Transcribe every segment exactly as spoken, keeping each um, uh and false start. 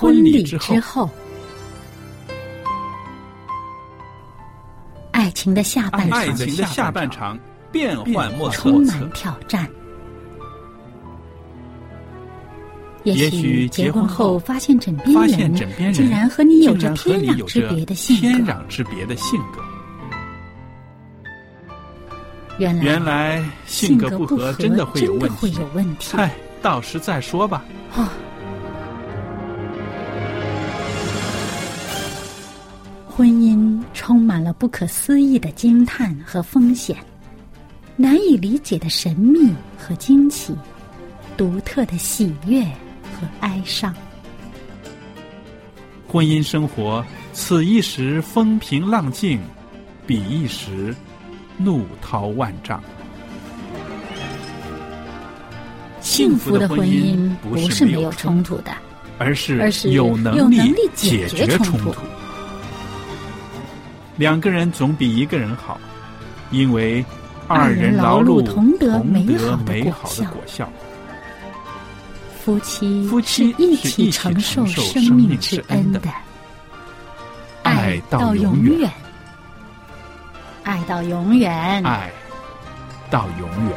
婚礼之后，爱情的下半场， 爱情的下半场变幻莫测， 充满挑战。也许结婚后发现枕边人竟然和你有着天壤之别的性格， 天壤之别的性格。 原来原来性格不合真的会有问题， 有问题。 嗨，到时再说吧。 哦，婚姻充满了不可思议的惊叹和风险，难以理解的神秘和惊奇，独特的喜悦和哀伤。 婚姻生活，此一时风平浪静，彼一时怒涛万丈。 幸福的婚姻不是没有冲突的， 而是而是有能力解决冲突。两个人总比一个人好，因为二人劳碌同得美好的果效。 夫妻夫妻是一起承受生命之恩的，爱到永远，爱到永远， 爱到永远。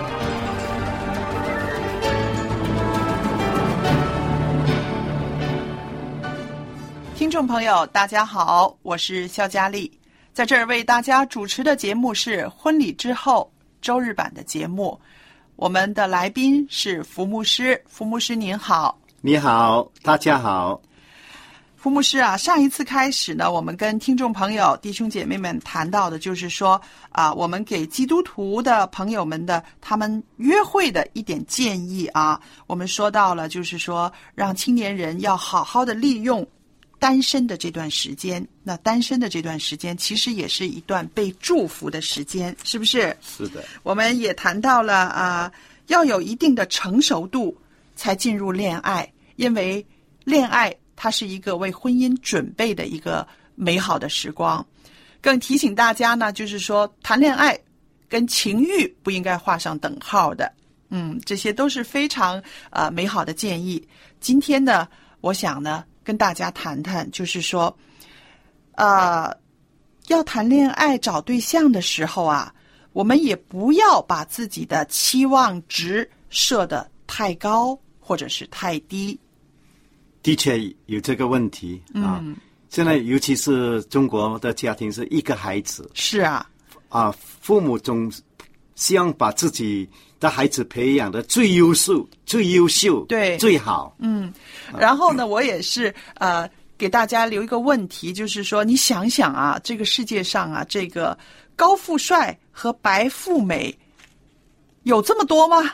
听众朋友大家好，我是肖佳丽，在这儿为大家主持的节目是婚礼之后周日版的节目。我们的来宾是福牧师，福牧师您好。 你好，大家好。 福牧师啊，上一次开始呢，我们跟听众朋友弟兄姐妹们谈到的就是说啊，我们给基督徒的朋友们的他们约会的一点建议啊，我们说到了就是说让青年人要好好的利用单身的这段时间，那单身的这段时间其实也是一段被祝福的时间，是不是？ 是的。 我们也谈到了啊，要有一定的成熟度才进入恋爱，因为恋爱它是一个为婚姻准备的一个美好的时光。更提醒大家呢，就是说谈恋爱跟情欲不应该画上等号的。嗯，这些都是非常呃美好的建议。今天呢，我想呢跟大家谈谈，就是说呃要谈恋爱找对象的时候啊，我们也不要把自己的期望值设得太高或者是太低。 的确有这个问题啊。嗯，现在尤其是中国的家庭是一个孩子。 是啊。 啊，父母总希望把自己的孩子培养的最优秀、最优秀， 对， 最好。 嗯，然后呢，我也是呃给大家留一个问题，就是说你想想啊，这个世界上啊，这个高富帅和白富美有这么多吗？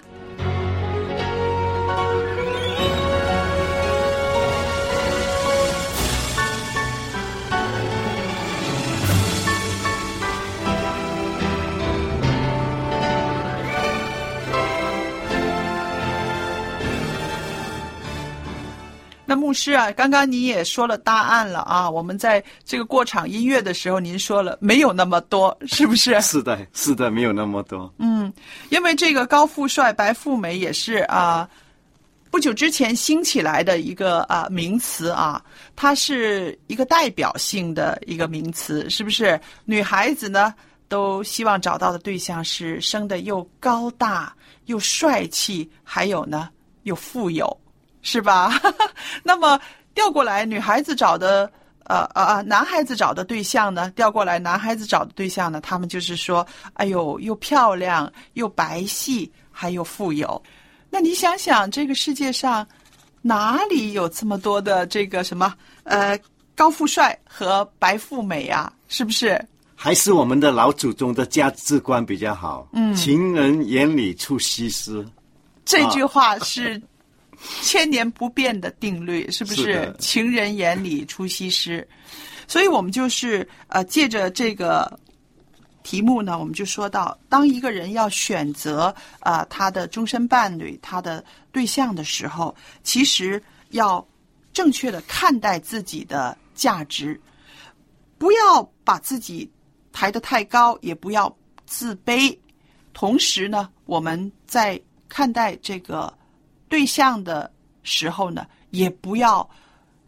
那牧师啊，刚刚你也说了答案了啊，我们在这个过场音乐的时候您说了没有那么多，是不是？ 是的，是的，没有那么多。 嗯，因为这个高富帅白富美也是啊不久之前兴起来的一个啊名词啊，它是一个代表性的一个名词，是不是？女孩子呢都希望找到的对象是生得又高大又帅气，还有呢又富有，是吧？那么调过来，女孩子找的呃呃男孩子找的对象呢，调过来男孩子找的对象呢，他们就是说，哎呦，又漂亮又白皙，还有富有。那你想想，这个世界上哪里有这么多的这个什么呃高富帅和白富美啊？是不是？ 还是我们的老祖宗的价值观比较好。 嗯， 情人眼里出西施， 这句话是千年不变的定律，是不是？ 是情人眼里出西施。所以我们就是呃借着这个题目呢，我们就说到，当一个人要选择呃他的终身伴侣、他的对象的时候，其实要正确的看待自己的价值，不要把自己抬得太高，也不要自卑。同时呢，我们在看待这个对象的时候呢，也不要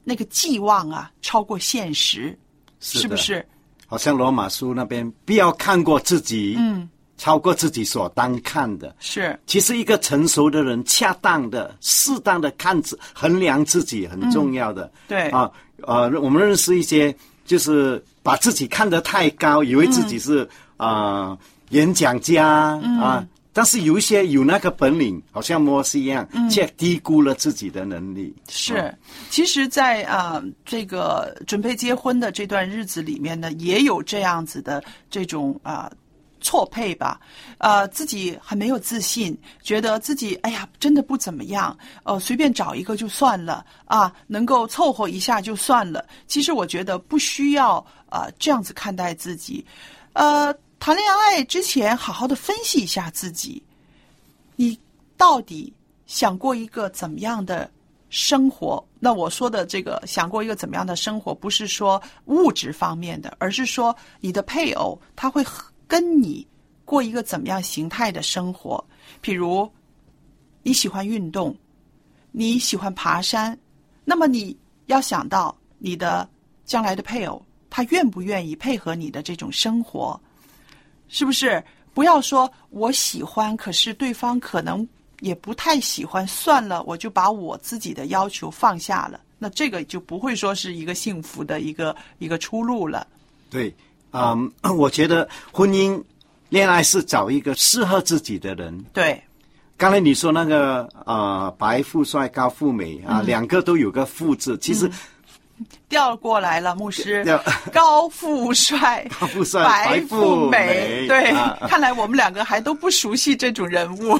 那个寄望啊超过现实， 是, 是不是？ 好像罗马书那边不要看过自己， 嗯， 超过自己所当看的。 是， 其实一个成熟的人，恰当的、适当的看自衡量自己很重要的。 嗯、对啊，呃，我们认识一些，就是把自己看得太高，以为自己是啊、嗯呃、演讲家、嗯、啊。但是有一些有那个本领，好像摩西一样，却低估了自己的能力。 是， 嗯、 其实在，在啊、呃、这个准备结婚的这段日子里面呢，也有这样子的这种啊、呃、错配吧，呃，自己很没有自信，觉得自己哎呀真的不怎么样，呃，随便找一个就算了啊，能够凑合一下就算了。其实我觉得不需要啊、呃、这样子看待自己，呃。谈恋爱之前，好好的分析一下自己，你到底想过一个怎么样的生活？那我说的这个想过一个怎么样的生活，不是说物质方面的，而是说你的配偶他会跟你过一个怎么样形态的生活。譬如你喜欢运动，你喜欢爬山，那么你要想到你的将来的配偶，他愿不愿意配合你的这种生活。是不是？不要说我喜欢，可是对方可能也不太喜欢，算了，我就把我自己的要求放下了。那这个就不会说是一个幸福的一个一个出路了。 对，嗯，我觉得婚姻恋爱是找一个适合自己的人。 对， 刚才你说那个呃白富帅高富美啊，嗯、两个都有个富字，其实。嗯调过来了，牧师，高富帅， 高富帅， 白富美，对、 啊， 看来我们两个还都不熟悉这种人物。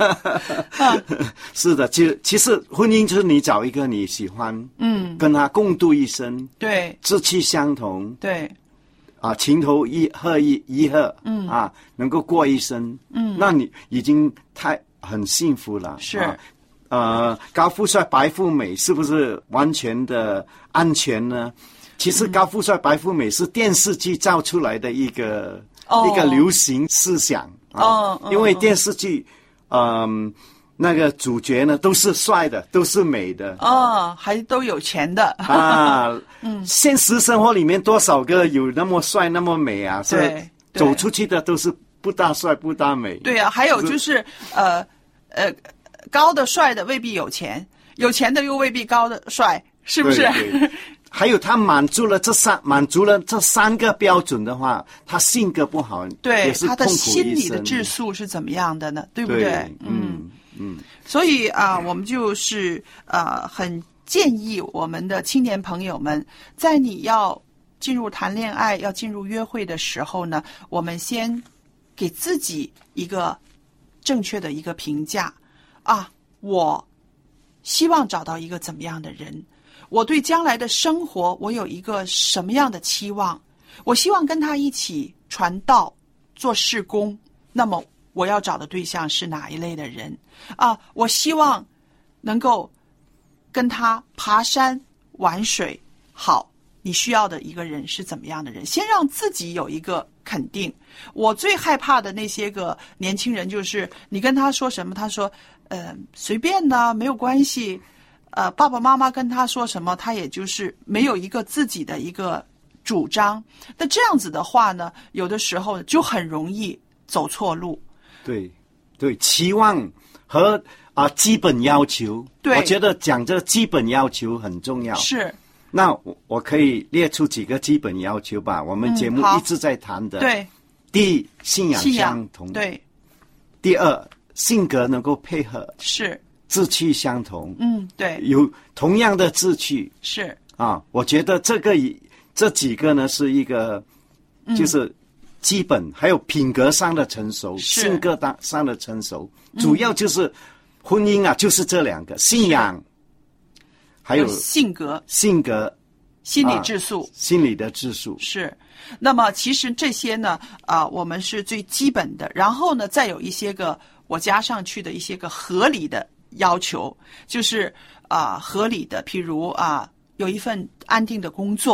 是的，其实其实婚姻就是你找一个你喜欢，嗯，跟他共度一生， 对， 志气相同， 对， 啊，情投意合一一合，嗯，啊，能够过一生，嗯，那你已经太很幸福了， 是。 啊呃，高富帅白富美是不是完全的安全呢？其实高富帅白富美是电视剧造出来的一个、哦、一个流行思想啊、 哦哦， 因为电视剧，嗯、呃，那个主角呢都是帅的，都是美的， 哦，还都有钱的啊，嗯，现实生活里面多少个有那么帅那么美啊？ 对， 走出去的都是不大帅不大美。 对啊，还有就是呃呃。高的帅的未必有钱，有钱的又未必高的帅，是不是？ 对对，还有他满足了这三满足了这三个标准的话，他性格不好， 对， 也是痛苦一生。 他的心理的质素是怎么样的呢？对不对？ 对嗯嗯。 所以啊、呃，我们就是呃，很建议我们的青年朋友们，在你要进入谈恋爱、要进入约会的时候呢，我们先给自己一个正确的一个评价。啊，我希望找到一个怎么样的人？我对将来的生活，我有一个什么样的期望？我希望跟他一起传道、做事工。那么，我要找的对象是哪一类的人？啊，我希望能够跟他爬山、玩水。好，你需要的一个人是怎么样的人？先让自己有一个肯定。我最害怕的那些个年轻人，就是你跟他说什么，他说。呃，随便的，没有关系。呃，爸爸妈妈跟他说什么，他也就是没有一个自己的一个主张。那这样子的话呢，有的时候就很容易走错路。 对，对，期望和啊、呃、基本要求， 对， 我觉得讲这基本要求很重要。 是。 那我我可以列出几个基本要求吧？我们节目一直在谈的。 嗯、对。 第一，信仰相同。 对。 第二。性格能够配合， 是志趣相同， 嗯，对， 有同样的志趣， 是啊，我觉得这个这几个呢是一个，就是基本，嗯、还有品格上的成熟，性格上的成熟，主要就是婚姻啊，就是这两个信仰，还有性格， 性格， 心理质素， 啊、心理的质素是。那么其实这些呢，啊、呃，我们是最基本的，然后呢，再有一些个我加上去的一些个合理的要求，就是啊、呃、合理的，譬如啊、呃、有一份安定的工作，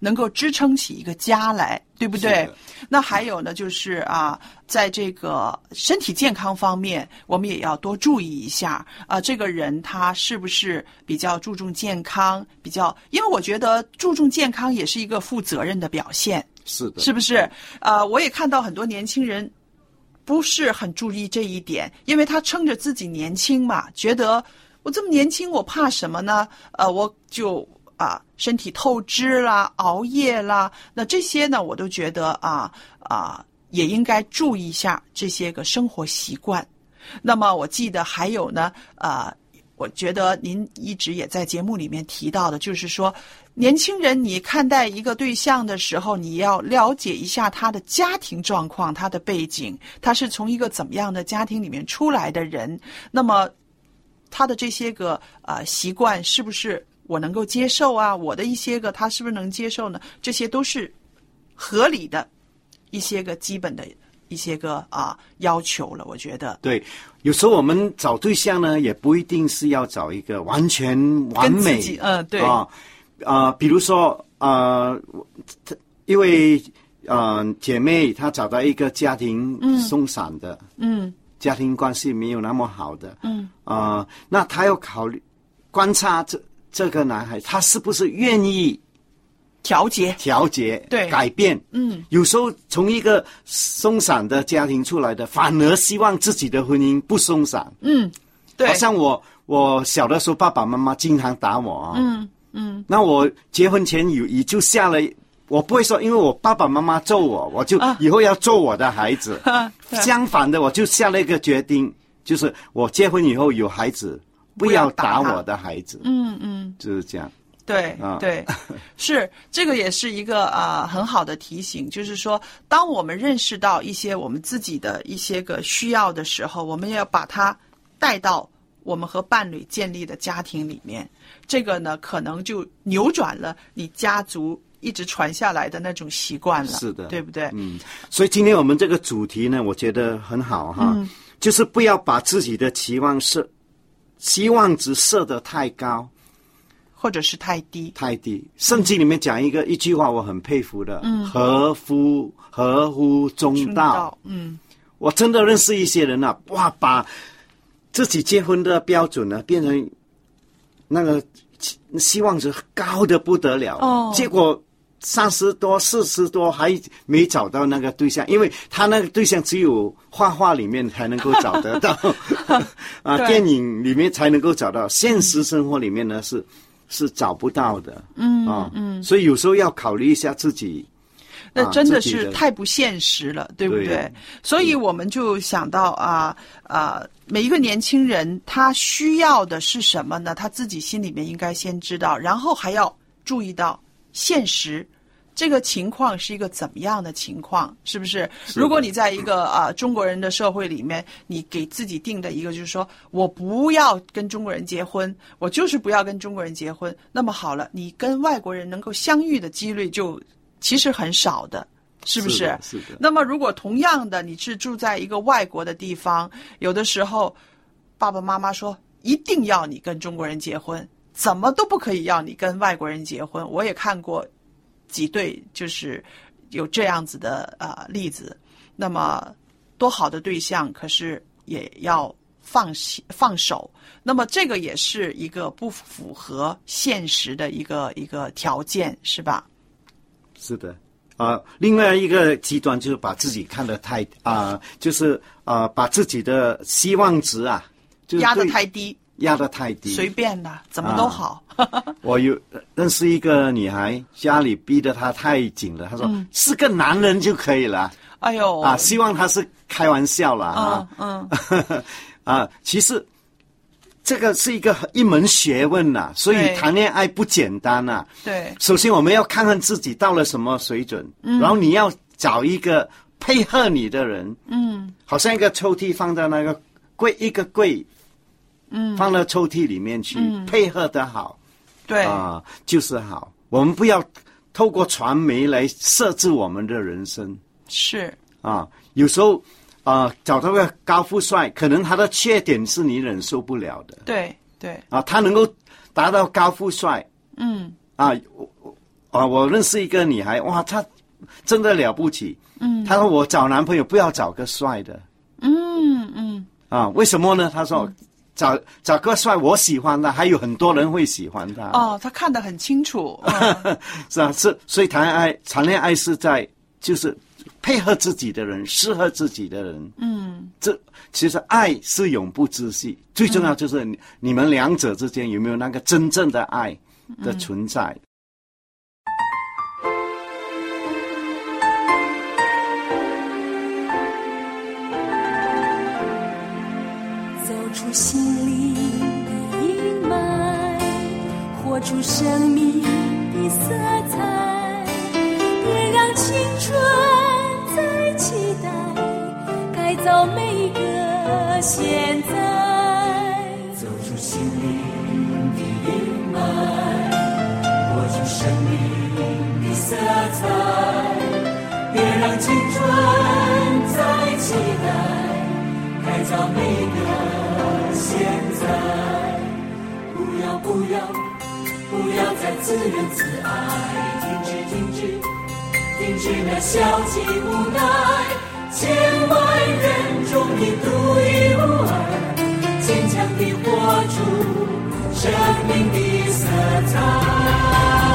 能够支撑起一个家来，对不对？那还有呢，就是啊，在这个身体健康方面，我们也要多注意一下啊，这个人他是不是比较注重健康，比较，因为我觉得注重健康也是一个负责任的表现， 是的， 是不是？呃，我也看到很多年轻人不是很注意这一点，因为他撑着自己年轻嘛，觉得我这么年轻，我怕什么呢？呃，我就啊，身体透支啦，熬夜啦，那这些呢，我都觉得啊啊，也应该注意一下这些个生活习惯。那么我记得还有呢，呃，我觉得您一直也在节目里面提到的，就是说，年轻人你看待一个对象的时候，你要了解一下他的家庭状况、他的背景，他是从一个怎么样的家庭里面出来的人，那么他的这些个呃习惯是不是我能够接受啊？我的一些个他是不是能接受呢？这些都是合理的一些个基本的一些个啊要求了，我觉得。 对，有时候我们找对象呢，也不一定是要找一个完全完美， 跟自己嗯，对啊啊、呃，比如说呃，因为呃姐妹她找到一个家庭松散的，嗯，家庭关系没有那么好的，嗯啊、呃，那她要考虑观察这。这个男孩他是不是愿意调节调节对改变？嗯，有时候从一个松散的家庭出来的，反而希望自己的婚姻不松散。 嗯，对。 好像我我小的时候，爸爸妈妈经常打我啊。嗯嗯。那我结婚前有也就下了，我不会说，因为我爸爸妈妈揍我，我就以后要揍我的孩子。啊、相反的，我就下了一个决定，就是我结婚以后有孩子。不要打我的孩子，嗯嗯，就是这样。 对、啊、对，是这个也是一个啊、呃、很好的提醒，就是说，当我们认识到一些我们自己的一些个需要的时候，我们要把它带到我们和伴侣建立的家庭里面。这个呢，可能就扭转了你家族一直传下来的那种习惯了， 是的， 对不对？ 嗯，所以今天我们这个主题呢，我觉得很好哈，嗯、就是不要把自己的期望设。期望值设得太高， 或者是太低。 太低。圣经里面讲一个一句话，我很佩服的，嗯，合乎合乎中道。中道嗯，我真的认识一些人啊，哇，把自己结婚的标准呢变成那个希望值高的不得了，哦，结果三十多、四十多还没找到那个对象，因为他那个对象只有画画里面才能够找得到，啊，电影里面才能够找到，现实生活里面呢是是找不到的，嗯啊嗯，所以有时候要考虑一下自己。 那真的是太不现实了，对不对？对，所以我们就想到啊啊，每一个年轻人他需要的是什么呢？他自己心里面应该先知道，然后还要注意到现实。这个情况是一个怎么样的情况？是不是？是如果你在一个啊、呃、中国人的社会里面，你给自己定的一个就是说我不要跟中国人结婚，我就是不要跟中国人结婚。那么好了，你跟外国人能够相遇的几率就其实很少的，是不是？ 是的，是的。 那么如果同样的你是住在一个外国的地方，有的时候爸爸妈妈说一定要你跟中国人结婚，怎么都不可以要你跟外国人结婚。我也看过几对就是有这样子的呃例子，那么多好的对象，可是也要放放手。那么这个也是一个不符合现实的一个一个条件，是吧？ 是的，啊、呃，另外一个极端就是把自己看得太啊、呃，就是啊、呃，把自己的希望值啊，就是压得太低。 压得太低， 随便的，怎么都好。 啊、我有认识一个女孩，家里逼得她太紧了。她说、嗯、是个男人就可以了。 哎呦， 啊，希望她是开玩笑了啊。 嗯嗯啊，其实这个是一个一门学问呐、啊，所以谈恋爱不简单呐、啊。 对， 首先我们要看看自己到了什么水准，嗯、然后你要找一个配合你的人。嗯，好像一个抽屉放在那个柜，一个柜。嗯，放到抽屉里面去，嗯、配合得好， 对啊、呃，就是好。我们不要透过传媒来设置我们的人生。 是啊，有时候啊、呃，找到个高富帅，可能他的缺点是你忍受不了的。 对对啊，他能够达到高富帅， 嗯啊啊，我认识一个女孩，哇，她真的了不起。嗯，她说我找男朋友不要找个帅的。 嗯嗯。 啊，为什么呢？她说。嗯找找个帅，我喜欢他，还有很多人会喜欢他。 哦，他看得很清楚， 嗯、是啊，是，所以谈恋爱，谈恋爱是在就是配合自己的人，适合自己的人。嗯，这其实爱是永不止息，最重要就是你、嗯、你们两者之间有没有那个真正的爱的存在。 出心灵的阴霾，活出生命的色彩，别让青春再期待，改造每个现在。走出心灵的阴霾，活出生命的色彩，别让青春再期待，改造每个现在。不要不要不要再自怨自艾，停止停止停止那消极无奈，千万人中你独一无二，坚强地活出生命的色彩。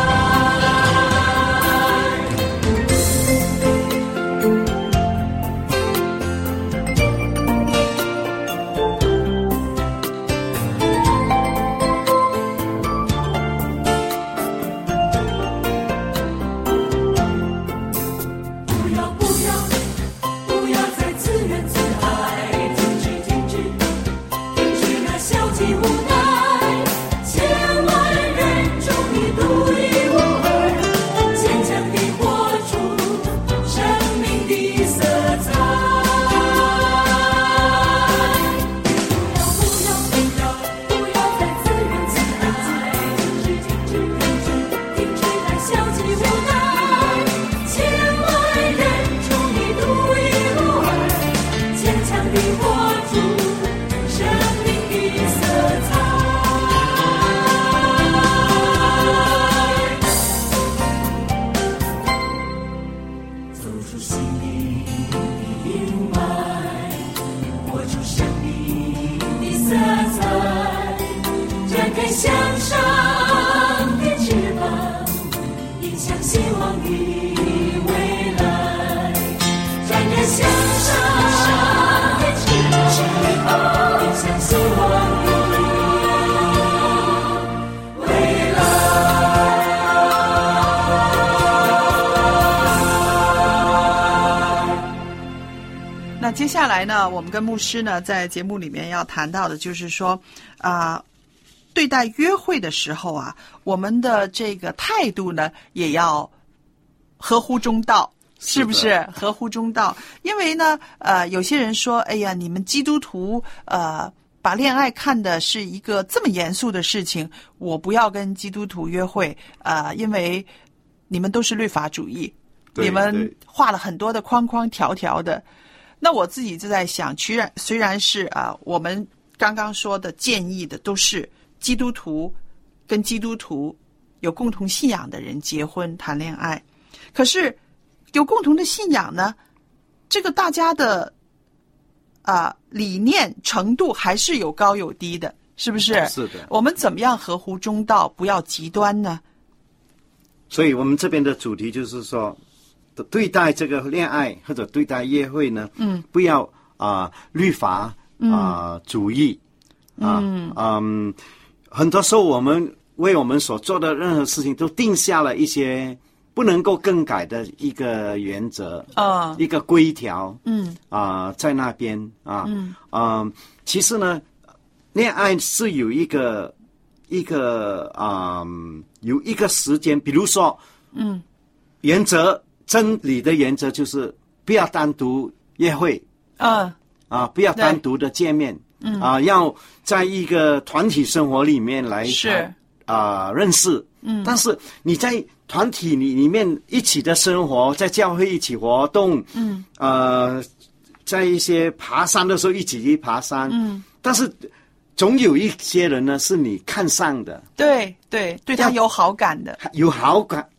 那接下来呢，我们跟牧师呢在节目里面要谈到的就是说啊、呃，对待约会的时候啊，我们的这个态度呢也要合乎中道，是不是合乎中道？因为呢呃有些人说，哎呀，你们基督徒呃把恋爱看的是一个这么严肃的事情，我不要跟基督徒约会呃因为你们都是律法主义，你们画了很多的框框条条的。那我自己就在想，虽然虽然是啊，我们刚刚说的建议的都是基督徒跟基督徒有共同信仰的人结婚谈恋爱，可是有共同的信仰呢，这个大家的啊理念程度还是有高有低的，是不是？ 是的。我们怎么样合乎中道，不要极端呢？ 所以我们这边的主题就是说，对待这个恋爱或者对待约会呢，嗯，不要啊、呃、律法啊、呃嗯、主义啊，嗯嗯，很多时候我们为我们所做的任何事情都定下了一些不能够更改的一个原则啊、呃，一个规条，嗯啊、呃，在那边啊，嗯啊、呃，其实呢，恋爱是有一个一个啊、呃、有一个时间，比如说，嗯，原则。真理的原则就是不要单独约会，嗯啊，不要单独的见面，嗯啊，要在一个团体生活里面来是啊、呃、认识，嗯，但是你在团体里里面一起的生活，在教会一起活动，嗯，呃，在一些爬山的时候一起去爬山，嗯，但是总有一些人呢是你看上的， 对对，对他有好感的， 有好感。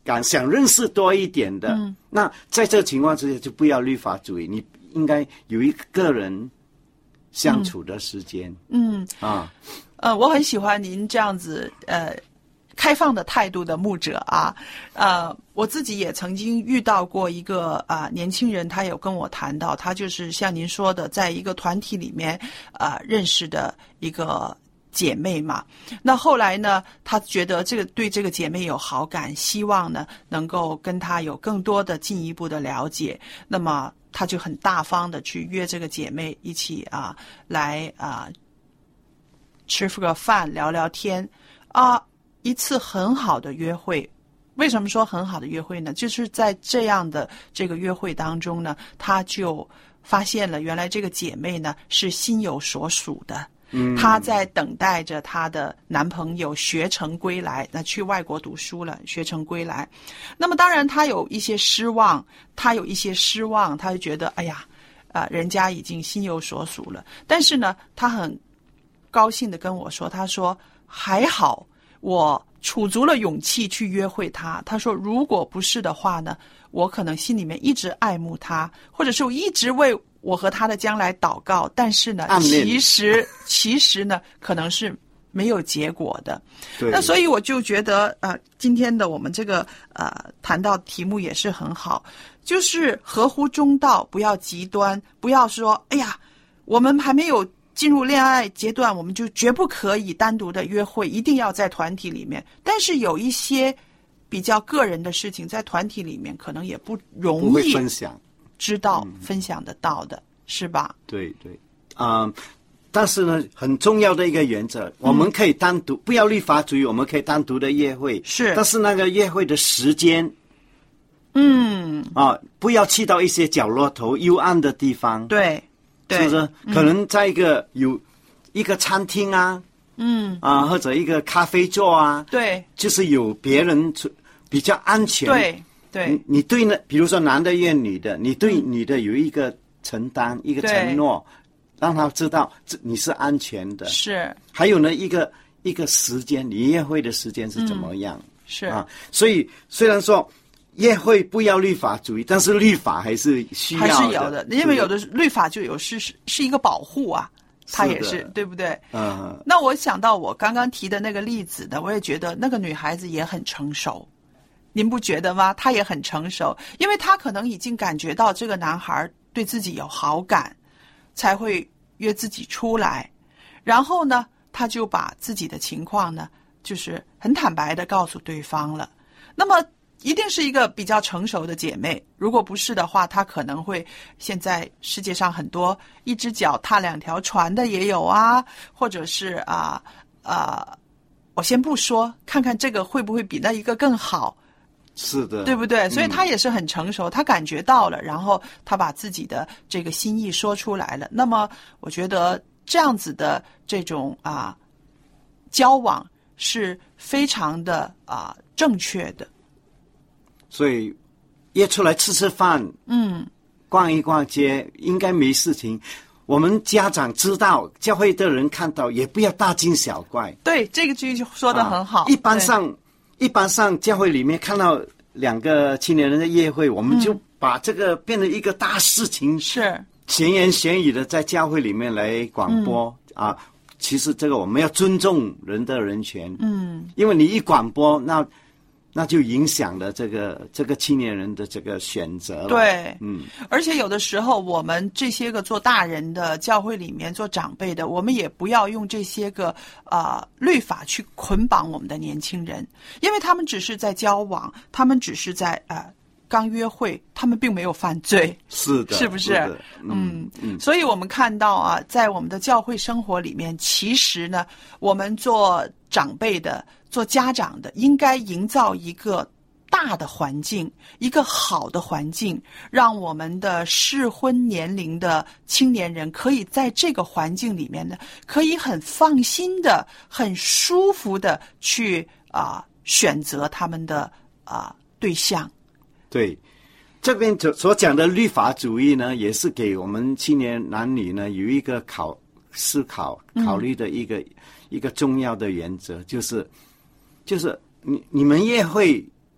感，想认识多一点的，嗯、那在这个情况之下就不要律法主义，你应该有一个人相处的时间。嗯啊， 呃，我很喜欢您这样子呃开放的态度的牧者啊，呃，我自己也曾经遇到过一个啊、呃、年轻人，他有跟我谈到，他就是像您说的，在一个团体里面啊、呃、认识的一个姐妹嘛。那后来呢，他觉得这个对这个姐妹有好感，希望呢能够跟她有更多的进一步的了解。那么他就很大方的去约这个姐妹一起啊来啊吃个饭聊聊天啊。一次很好的约会，为什么说很好的约会呢？就是在这样的这个约会当中呢，他就发现了原来这个姐妹呢是心有所属的。嗯，她在等待着她的男朋友学成归来，那去外国读书了，学成归来。那么当然她有一些失望，她有一些失望，她就觉得哎呀，啊、呃，人家已经心有所属了。但是呢，她很高兴的跟我说，她说还好。我储足了勇气去约会他。他说如果不是的话呢，我可能心里面一直爱慕他，或者是我一直为我和他的将来祷告，但是呢其实其实呢可能是没有结果的。那所以我就觉得呃今天的我们这个呃谈到题目也是很好，就是合乎中道，不要极端，不要说哎呀我们还没有进入恋爱阶段，我们就绝不可以单独的约会，一定要在团体里面。但是有一些比较个人的事情，在团体里面可能也不容易分享， 知道、嗯、分享得到的，是吧？ 对对，啊、嗯，但是呢，很重要的一个原则，我们可以单独，嗯、不要律法主义，我们可以单独的约会， 是， 但是那个约会的时间， 嗯， 啊，不要去到一些角落头、幽暗的地方， 对。 是不是？可能在一个有一个餐厅啊，嗯啊，或者一个咖啡座啊， 对， 就是有别人比较安全。 对对， 你你对呢？比如说男的约女的，你对女的有一个承担、嗯、一个承诺，让他知道你是安全的。 是。 还有呢，一个一个时间，你约会的时间是怎么样？嗯、 是啊，所以虽然说。约会不要律法主义，但是律法还是需要的， 还是有的，因为有的律法就有是是是一个保护啊，它也是对不对？ 嗯。 那我想到我刚刚提的那个例子呢，我也觉得那个女孩子也很成熟，您不觉得吗？她也很成熟，因为她可能已经感觉到这个男孩对自己有好感，才会约自己出来，然后呢，她就把自己的情况呢，就是很坦白的告诉对方了。那么。一定是一个比较成熟的姐妹，如果不是的话，她可能会现在世界上很多一只脚踏两条船的也有啊，或者是啊啊、呃，我先不说，看看这个会不会比那一个更好， 是的， 对不对？所以她也是很成熟，她、嗯、感觉到了，然后她把自己的这个心意说出来了。那么，我觉得这样子的这种啊交往是非常的啊正确的。 所以约出来吃吃饭， 嗯， 逛一逛街，应该没事情。我们家长知道，教会的人看到，也不要大惊小怪。 对，这个句说得很好。 啊、一般上，一般上教会里面看到两个青年人的约会，我们就把这个变成一个大事情， 是、嗯、 闲言闲语的在教会里面来广播、嗯、啊。其实这个我们要尊重人的人权， 嗯， 因为你一广播，那。那就影响了这个这个青年人的这个选择了。 对， 嗯， 而且有的时候我们这些个做大人的教会里面做长辈的，我们也不要用这些个呃律法去捆绑我们的年轻人，因为他们只是在交往，他们只是在呃刚约会，他们并没有犯罪。 是的， 是不是？ 是嗯嗯， 所以我们看到啊，在我们的教会生活里面，其实呢，我们做长辈的。做家长的应该营造一个大的环境，一个好的环境，让我们的适婚年龄的青年人可以在这个环境里面呢，可以很放心的、很舒服的去啊、呃、选择他们的啊、呃、对象。 对，这边所讲的律法主义呢，也是给我们青年男女呢有一个考思考考虑的一个、嗯、一个重要的原则，就是。就是你你们约会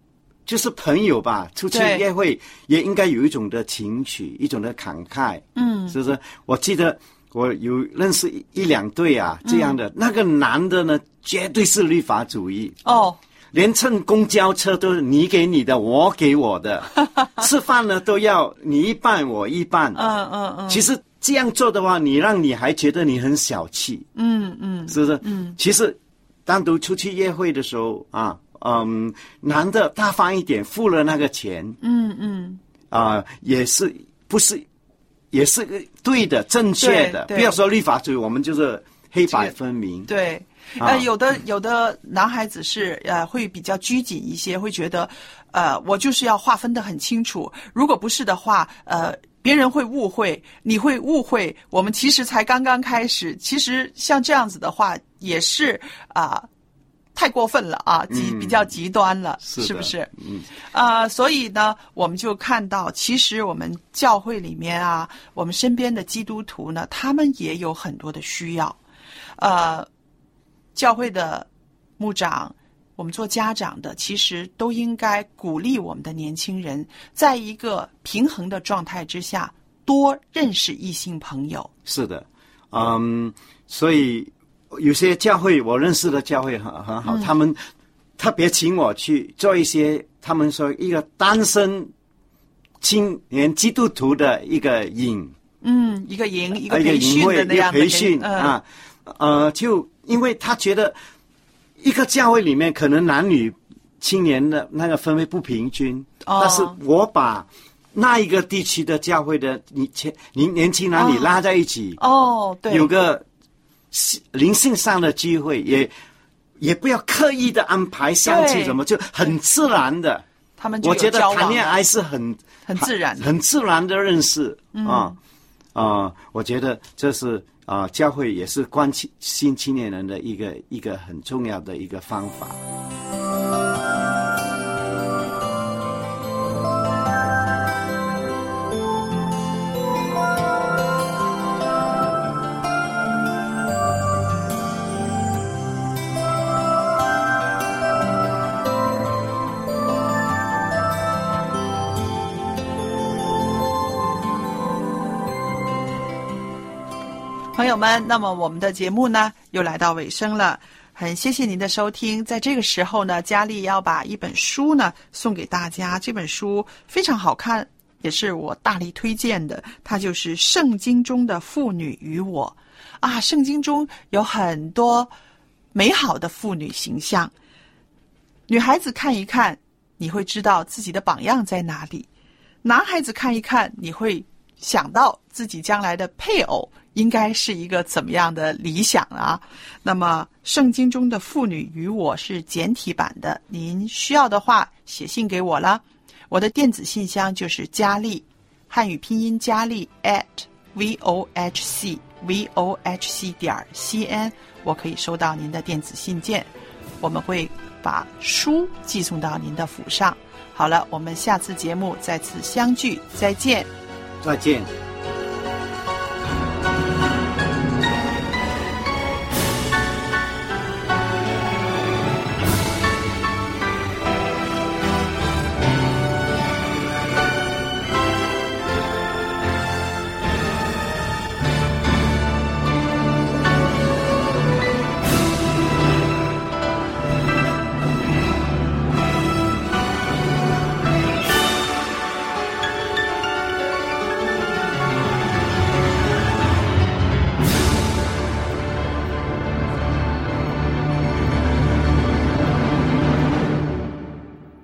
就是朋友吧，出去对约会也应该有一种的情绪，一种的慷慨， 嗯， 是不是？我记得我有认识一一两对啊这样的，嗯、那个男的呢，绝对是律法主义哦。 连乘公交车都是你给你的，我给我的，吃饭呢都要你一半我一半。 嗯嗯嗯。 其实这样做的话，你让你还觉得你很小气。 嗯嗯， 是不是？ 嗯。 其实单独出去约会的时候啊，嗯，男的大方一点，付了那个钱。 嗯嗯。 啊、呃，也是不是也是对的、正确的。不要说律法主义，我们就是黑白分明。 对。呃，有的有的男孩子是呃会比较拘谨一些，会觉得，呃，我就是要划分得很清楚。如果不是的话，呃，别人会误会，你会误会。我们其实才刚刚开始。其实像这样子的话，也是啊、呃，太过分了啊，极、嗯、比较极端了， 是, 是不是？ 嗯。 啊、呃，所以呢，我们就看到，其实我们教会里面啊，我们身边的基督徒呢，他们也有很多的需要，呃。教会的牧长，我们做家长的，其实都应该鼓励我们的年轻人，在一个平衡的状态之下，多认识异性朋友。 是的，嗯，所以有些教会我认识的教会很很好、嗯，他们特别请我去做一些，他们说一个单身青年基督徒的一个营， 嗯，一个营，一个培训的那样的培训、嗯、啊，呃，就。因为他觉得一个教会里面可能男女青年的那个分配不平均，哦、但是我把那一个地区的教会的你年年轻男女拉在一起， 哦，对， 有个灵性上的机会，也也不要刻意的安排相亲什么，就很自然的。 他们就我觉得谈恋爱是很很自然的， 很自然的认识、 嗯、 啊啊、呃！我觉得这是。啊、呃，教会也是关心青年人的一个一个很重要的一个方法。 朋友们，那么我们的节目呢又来到尾声了，很谢谢您的收听。在这个时候呢，佳丽要把一本书呢送给大家，这本书非常好看，也是我大力推荐的，它就是《圣经中的妇女与我》啊。圣经中有很多美好的妇女形象，女孩子看一看，你会知道自己的榜样在哪里；男孩子看一看，你会想到自己将来的配偶应该是一个怎么样的理想啊。那么圣经中的妇女与我是简体版的，您需要的话写信给我了，我的电子信箱就是佳丽，汉语拼音佳丽 at vohc vohc 点 cn， 我可以收到您的电子信件，我们会把书寄送到您的府上。好了，我们下次节目再次相聚，再见。 再见。